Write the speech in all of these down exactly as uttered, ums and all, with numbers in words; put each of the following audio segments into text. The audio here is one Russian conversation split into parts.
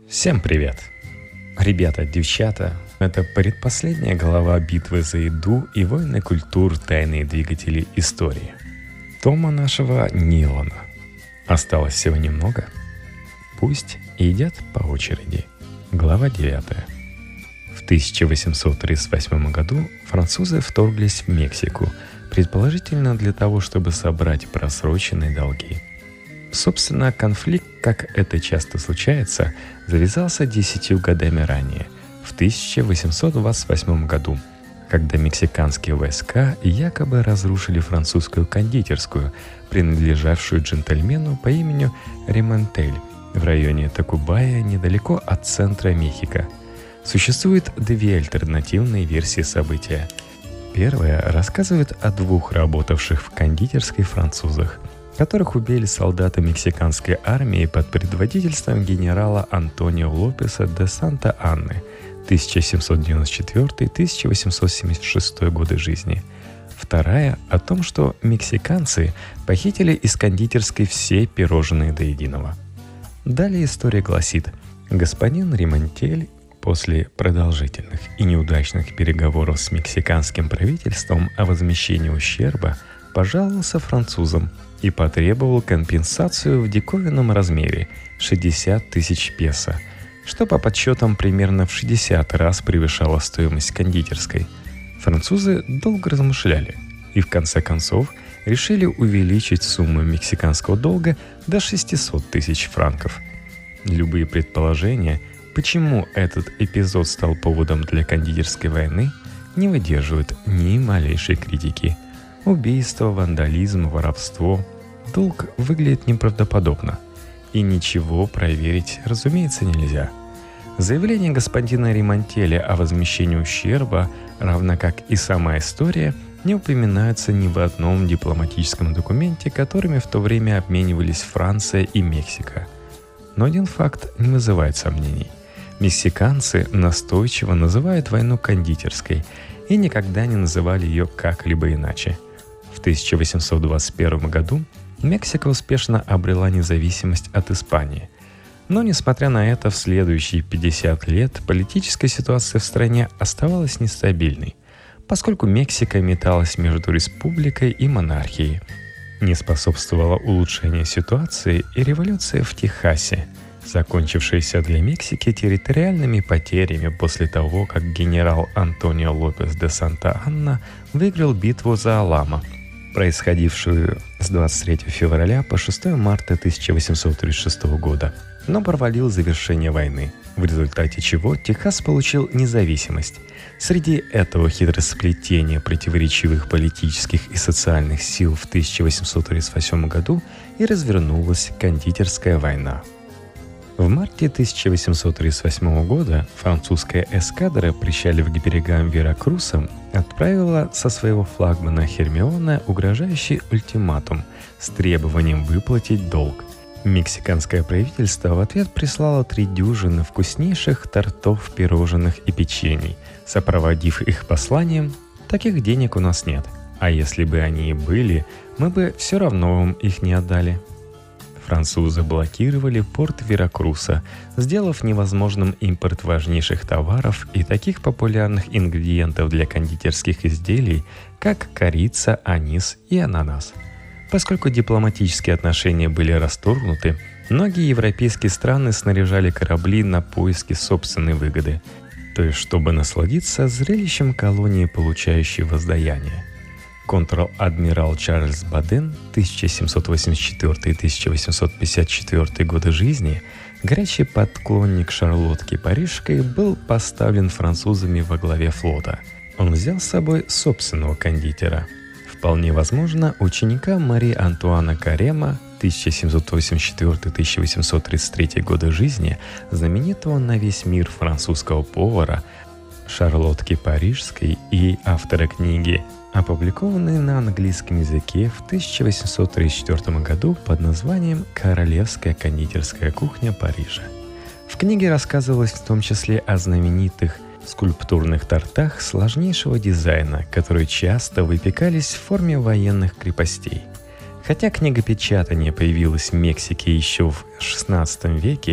Всем привет! Ребята, девчата, это предпоследняя глава битвы за еду и войны культур «Тайные двигатели истории» тома нашего Нилана. Осталось всего немного. Пусть едят по очереди. Глава девятая. В тысяча восемьсот тридцать восьмом году французы вторглись в Мексику, предположительно для того, чтобы собрать просроченные долги. Собственно, конфликт, как это часто случается, завязался десятью годами ранее, в тысяча восемьсот двадцать восьмом году, когда мексиканские войска якобы разрушили французскую кондитерскую, принадлежавшую джентльмену по имени Ремонтель в районе Такубая, недалеко от центра Мехико. Существует две альтернативные версии события. Первая рассказывает о двух работавших в кондитерской французах, которых убили солдаты мексиканской армии под предводительством генерала Антонио Лопеса де Санта-Анны тысяча семьсот девяносто четвёртый — тысяча восемьсот семьдесят шестой годы жизни. Вторая о том, что мексиканцы похитили из кондитерской все пирожные до единого. Далее история гласит: господин Ремонтель после продолжительных и неудачных переговоров с мексиканским правительством о возмещении ущерба пожаловался французам и потребовал компенсацию в диковинном размере шестьдесят тысяч песо, что по подсчетам примерно в шестьдесят раз превышало стоимость кондитерской. Французы долго размышляли и в конце концов решили увеличить сумму мексиканского долга до шестьсот тысяч франков. Любые предположения, почему этот эпизод стал поводом для кондитерской войны, не выдерживают ни малейшей критики. Убийство, вандализм, воровство. Долг выглядит неправдоподобно. И ничего проверить, разумеется, нельзя. Заявление господина Ремонтеля о возмещении ущерба, равно как и сама история, не упоминаются ни в одном дипломатическом документе, которыми в то время обменивались Франция и Мексика. Но один факт не вызывает сомнений. Мексиканцы настойчиво называют войну кондитерской и никогда не называли ее как-либо иначе. В тысяча восемьсот двадцать первом году Мексика успешно обрела независимость от Испании. Но, несмотря на это, в следующие пятьдесят лет политическая ситуация в стране оставалась нестабильной, поскольку Мексика металась между республикой и монархией. Не способствовало улучшению ситуации и революция в Техасе, закончившаяся для Мексики территориальными потерями после того, как генерал Антонио Лопес де Санта-Анна выиграл битву за Аламо, происходившую с двадцать третьего февраля по шестого марта тысяча восемьсот тридцать шестого года, но провалил завершение войны, в результате чего Техас получил независимость. Среди этого хитросплетения противоречивых политических и социальных сил в тысяча восемьсот тридцать восьмом году и развернулась кондитерская война. В марте тысяча восемьсот тридцать восьмого года французская эскадра, причалив к берегам Веракруса, отправила со своего флагмана Хермиона угрожающий ультиматум с требованием выплатить долг. Мексиканское правительство в ответ прислало три дюжины вкуснейших тортов, пирожных и печений, сопроводив их посланием: «Таких денег у нас нет, а если бы они и были, мы бы все равно вам их не отдали». Французы блокировали порт Веракруса, сделав невозможным импорт важнейших товаров и таких популярных ингредиентов для кондитерских изделий, как корица, анис и ананас. Поскольку дипломатические отношения были расторгнуты, многие европейские страны снаряжали корабли на поиски собственной выгоды, то есть чтобы насладиться зрелищем колонии, получающей воздаяние. Контр-адмирал Чарльз Баден тысяча семьсот восемьдесят четвёртый — тысяча восемьсот пятьдесят четвёртый годы жизни, горячий поклонник Шарлотки Парижской, был поставлен французами во главе флота. Он взял с собой собственного кондитера. Вполне возможно, ученика Мари Антуана Карема тысяча семьсот восемьдесят четвёртый — тысяча восемьсот тридцать третий годы жизни, знаменитого на весь мир французского повара Шарлотки Парижской и автора книги, опубликованной на английском языке в тысяча восемьсот тридцать четвёртом году под названием «Королевская кондитерская кухня Парижа». В книге рассказывалось в том числе о знаменитых скульптурных тортах сложнейшего дизайна, которые часто выпекались в форме военных крепостей. Хотя книгопечатание появилось в Мексике еще в шестнадцатом веке,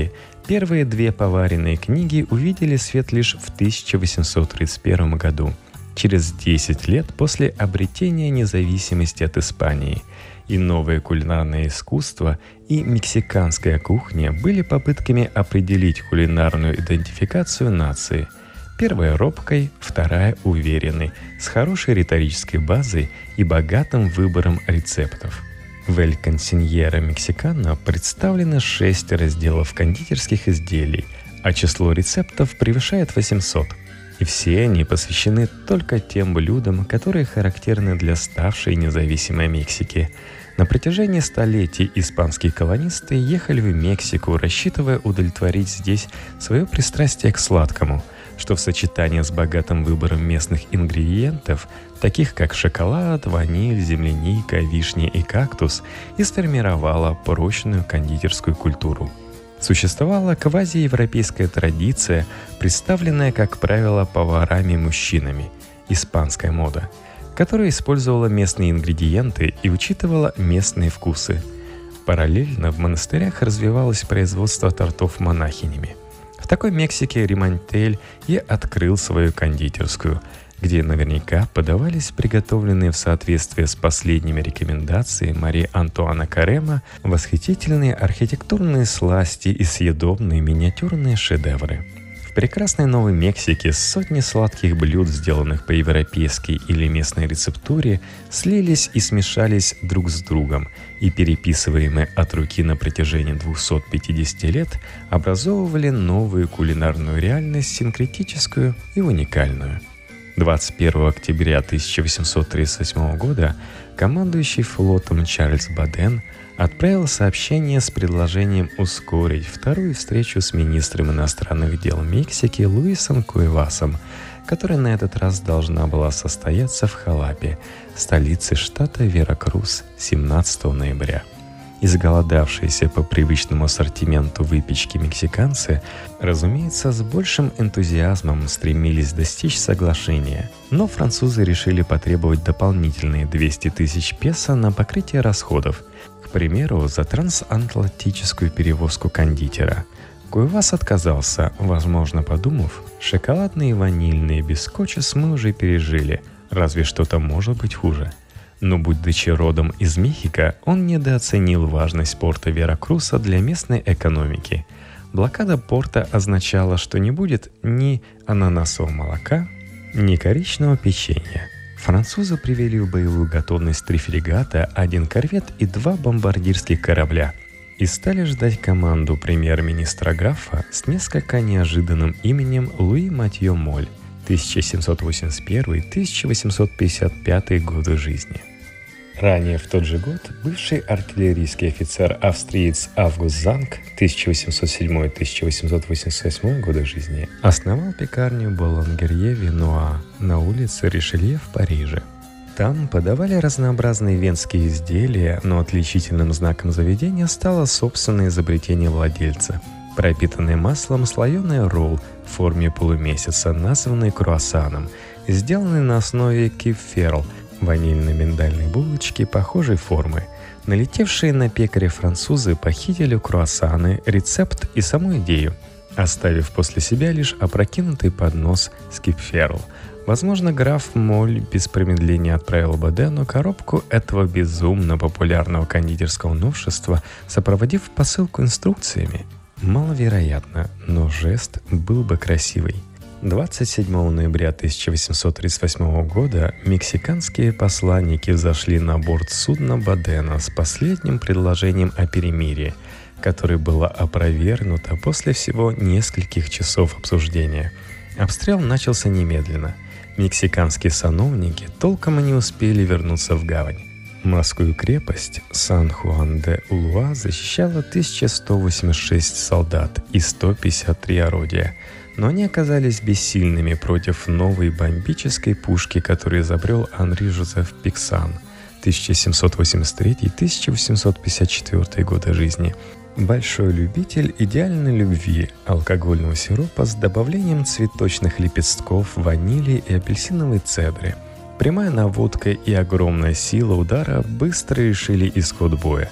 Первые две поваренные книги увидели свет лишь в тысяча восемьсот тридцать первом году, через десять лет после обретения независимости от Испании. И новое кулинарное искусство, и мексиканская кухня были попытками определить кулинарную идентификацию нации. Первая робкой, вторая уверенной, с хорошей риторической базой и богатым выбором рецептов. В «Эль Консиньера Мексикано» представлены шесть разделов кондитерских изделий, а число рецептов превышает восемьсот. И все они посвящены только тем блюдам, которые характерны для ставшей независимой Мексики. На протяжении столетий испанские колонисты ехали в Мексику, рассчитывая удовлетворить здесь свое пристрастие к сладкому, что в сочетании с богатым выбором местных ингредиентов, таких как шоколад, ваниль, земляника, вишня и кактус, и сформировало прочную кондитерскую культуру. Существовала квазиевропейская традиция, представленная, как правило, поварами-мужчинами, испанская мода, которая использовала местные ингредиенты и учитывала местные вкусы. Параллельно в монастырях развивалось производство тортов монахинями. В такой Мексике Римонтель и открыл свою кондитерскую, где наверняка подавались приготовленные в соответствии с последними рекомендациями Марии Антуана Карема восхитительные архитектурные сласти и съедобные миниатюрные шедевры. В прекрасной Новой Мексике сотни сладких блюд, сделанных по европейской или местной рецептуре, слились и смешались друг с другом и, переписываемые от руки на протяжении двухсот пятидесяти лет, образовывали новую кулинарную реальность, синкретическую и уникальную. двадцать первого октября тысяча восемьсот тридцать восьмого года командующий флотом Чарльз Баден отправил сообщение с предложением ускорить вторую встречу с министром иностранных дел Мексики Луисом Куэвасом, которая на этот раз должна была состояться в Халапе, столице штата Веракрус, семнадцатого ноября. Изголодавшиеся по привычному ассортименту выпечки мексиканцы, разумеется, с большим энтузиазмом стремились достичь соглашения, но французы решили потребовать дополнительные двести тысяч песо на покрытие расходов, к примеру, за трансатлантическую перевозку кондитера. Куэвас отказался, возможно, подумав, шоколадные и ванильные бискотчес мы уже пережили, разве что-то может быть хуже. Но, будучи родом из Мехико, он недооценил важность порта Веракруса для местной экономики. Блокада порта означала, что не будет ни ананасового молока, ни коричневого печенья. Французы привели в боевую готовность три фрегата, один корвет и два бомбардирских корабля и стали ждать команду премьер-министра графа с несколько неожиданным именем Луи Матьё Моль, тысяча семьсот восемьдесят первый — тысяча восемьсот пятьдесят пятый годы жизни. Ранее в тот же год бывший артиллерийский офицер-австриец Август Занк тысяча восемьсот седьмой — тысяча восемьсот восемьдесят восьмой годы жизни основал пекарню Болонгерье Винуа на улице Ришелье в Париже. Там подавали разнообразные венские изделия, но отличительным знаком заведения стало собственное изобретение владельца – пропитанный маслом слоеный ролл в форме полумесяца, названный круассаном, сделанный на основе кипферл – ванильно-миндальной булочки похожей формы. Налетевшие на пекаря французы похитили круассаны, рецепт и саму идею, оставив после себя лишь опрокинутый поднос с кипферл. Возможно, граф Моль без промедления отправил Бадену коробку этого безумно популярного кондитерского новшества, сопроводив посылку инструкциями. Маловероятно, но жест был бы красивый. двадцать седьмого ноября тысяча восемьсот тридцать восьмого года мексиканские посланники взошли на борт судна Бадена с последним предложением о перемирии, которое было опровергнуто после всего нескольких часов обсуждения. Обстрел начался немедленно. Мексиканские сановники толком и не успели вернуться в гавань. Морскую крепость Сан-Хуан-де-Улуа защищало тысяча сто восемьдесят шесть солдат и сто пятьдесят три орудия, но они оказались бессильными против новой бомбической пушки, которую изобрел Анри Жозеф Пиксан тысяча семьсот восемьдесят третий — тысяча восемьсот пятьдесят четвёртый годы жизни. Большой любитель идеальной любви, алкогольного сиропа с добавлением цветочных лепестков, ванили и апельсиновой цедры. Прямая наводка и огромная сила удара быстро решили исход боя. В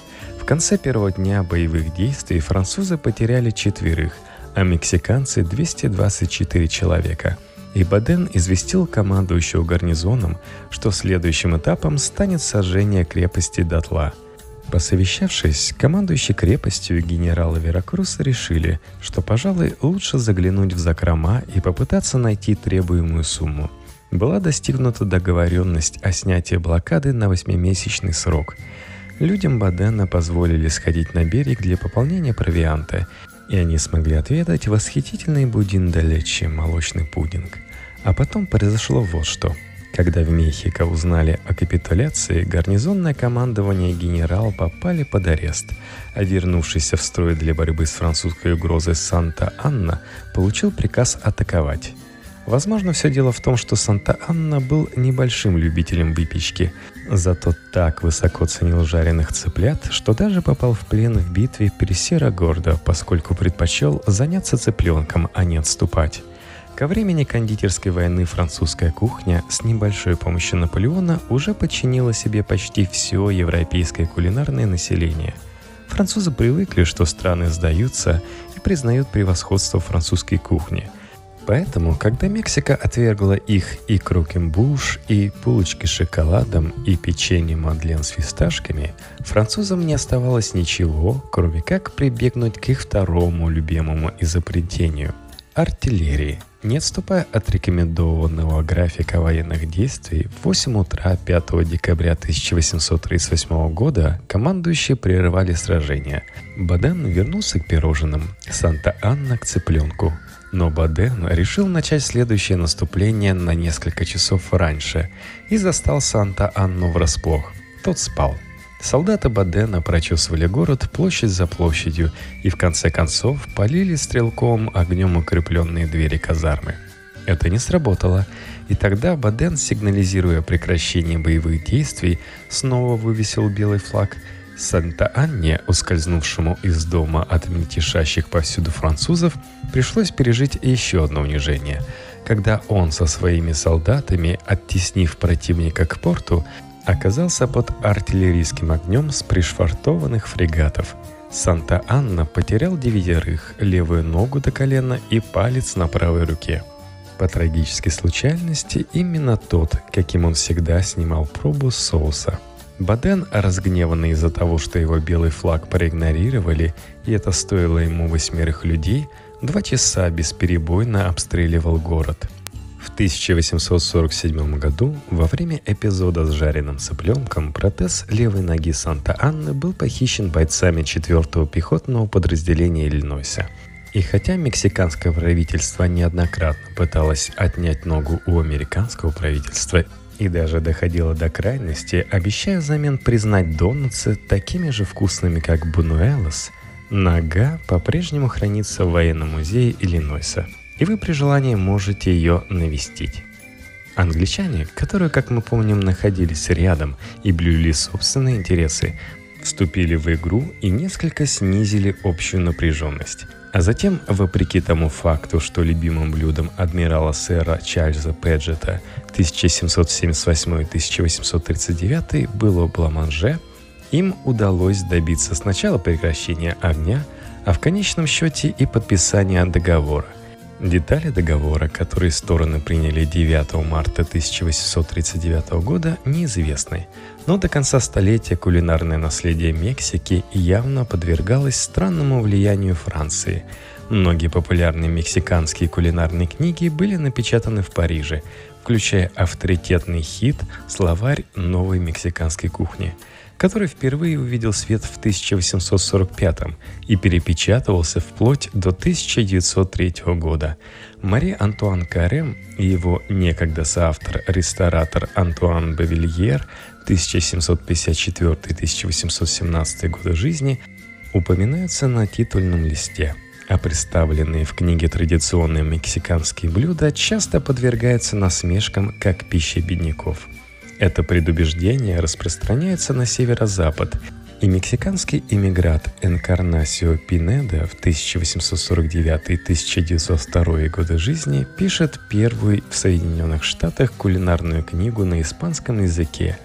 В конце первого дня боевых действий французы потеряли четверых, а мексиканцы – двести двадцать четыре человека. И Баден известил командующего гарнизоном, что следующим этапом станет сожжение крепости дотла. Посовещавшись, командующий крепостью генералы Веракруса решили, что, пожалуй, лучше заглянуть в закрома и попытаться найти требуемую сумму. Была достигнута договоренность о снятии блокады на восьмимесячный срок. Людям Бадена позволили сходить на берег для пополнения провианта, и они смогли отведать восхитительный будин де лечи, молочный пудинг. А потом произошло вот что. Когда в Мехико узнали о капитуляции, гарнизонное командование и генерал попали под арест, а вернувшийся в строй для борьбы с французской угрозой Санта-Анна получил приказ атаковать. Возможно, все дело в том, что Санта-Анна был небольшим любителем выпечки, зато так высоко ценил жареных цыплят, что даже попал в плен в битве при Серра-Гордо, поскольку предпочел заняться цыпленком, а не отступать. Ко времени кондитерской войны французская кухня с небольшой помощью Наполеона уже подчинила себе почти все европейское кулинарное население. Французы привыкли, что страны сдаются и признают превосходство французской кухни. Поэтому, когда Мексика отвергла их и крокембуш, и булочки с шоколадом, и печенье Мадлен с фисташками, французам не оставалось ничего, кроме как прибегнуть к их второму любимому изобретению – артиллерии. Не отступая от рекомендованного графика военных действий, в восемь утра пятого декабря тысяча восемьсот тридцать восьмого года командующие прерывали сражение. Баден вернулся к пирожным, Санта-Анна к цыпленку. Но Баден решил начать следующее наступление на несколько часов раньше и застал Санта-Анну врасплох. Тот спал. Солдаты Бадена прочесывали город площадь за площадью и в конце концов полили стрелковым огнем укрепленные двери казармы. Это не сработало, и тогда Баден, сигнализируя прекращение боевых действий, снова вывесил белый флаг. Санта-Анне, ускользнувшему из дома от мельтешащих повсюду французов, пришлось пережить еще одно унижение, когда он со своими солдатами, оттеснив противника к порту, оказался под артиллерийским огнем с пришвартованных фрегатов. Санта-Анна потерял девятерых, левую ногу до колена и палец на правой руке. По трагической случайности, именно тот, каким он всегда снимал пробу с соуса. Баден, разгневанный из-за того, что его белый флаг проигнорировали, и это стоило ему восьмерых людей, два часа бесперебойно обстреливал город. В тысяча восемьсот сорок седьмом году, во время эпизода с жареным цыпленком, протез левой ноги Санта-Анны был похищен бойцами четвёртого пехотного подразделения Иллинойса. И хотя мексиканское правительство неоднократно пыталось отнять ногу у американского правительства и даже доходило до крайности, обещая взамен признать донатсы такими же вкусными, как Бунуэлос, нога по-прежнему хранится в военном музее Иллинойса, и вы при желании можете ее навестить. Англичане, которые, как мы помним, находились рядом и блюли собственные интересы, вступили в игру и несколько снизили общую напряженность. А затем, вопреки тому факту, что любимым блюдом адмирала сэра Чарльза Пэджета тысяча семьсот семьдесят восьмой — тысяча восемьсот тридцать девятый было бламанже, им удалось добиться сначала прекращения огня, а в конечном счете и подписания договора. Детали договора, которые стороны приняли девятого марта тысяча восемьсот тридцать девятого года, неизвестны, но до конца столетия кулинарное наследие Мексики явно подвергалось странному влиянию Франции. Многие популярные мексиканские кулинарные книги были напечатаны в Париже, включая авторитетный хит «Словарь новой мексиканской кухни», который впервые увидел свет в тысяча восемьсот сорок пятом и перепечатывался вплоть до тысяча девятьсот третьего года. Мари Антуан Карем и его некогда соавтор-ресторатор Антуан Бавильер тысяча семьсот пятьдесят четвёртый — тысяча восемьсот семнадцатый годы жизни упоминаются на титульном листе, а представленные в книге традиционные мексиканские блюда часто подвергаются насмешкам как пища бедняков. Это предубеждение распространяется на северо-запад, и мексиканский эмигрант Энкарнасио Пинеда в тысяча восемьсот сорок девятый — тысяча девятьсот второй годы жизни пишет первую в Соединенных Штатах кулинарную книгу на испанском языке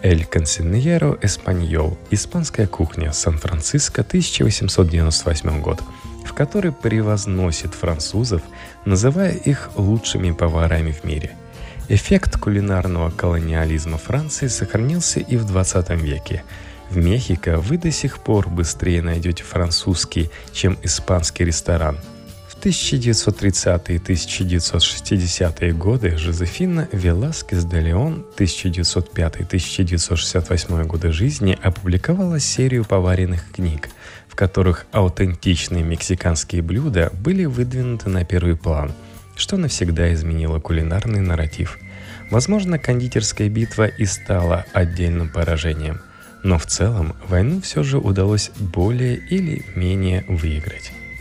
«Эль Консиньеро Эспаньол» – «Испанская кухня», Сан-Франциско, тысяча восемьсот девяносто восьмой год, в которой превозносит французов, называя их лучшими поварами в мире. Эффект кулинарного колониализма Франции сохранился и в двадцатом веке. В Мехико вы до сих пор быстрее найдете французский, чем испанский ресторан. В тысяча девятьсот тридцатые — тысяча девятьсот шестидесятые годы Жозефина Веласкес де Леон тысяча девятьсот пятый — тысяча девятьсот шестьдесят восьмой годы жизни опубликовала серию поваренных книг, в которых аутентичные мексиканские блюда были выдвинуты на первый план, что навсегда изменило кулинарный нарратив. Возможно, кондитерская битва и стала отдельным поражением, но в целом войну все же удалось более или менее выиграть.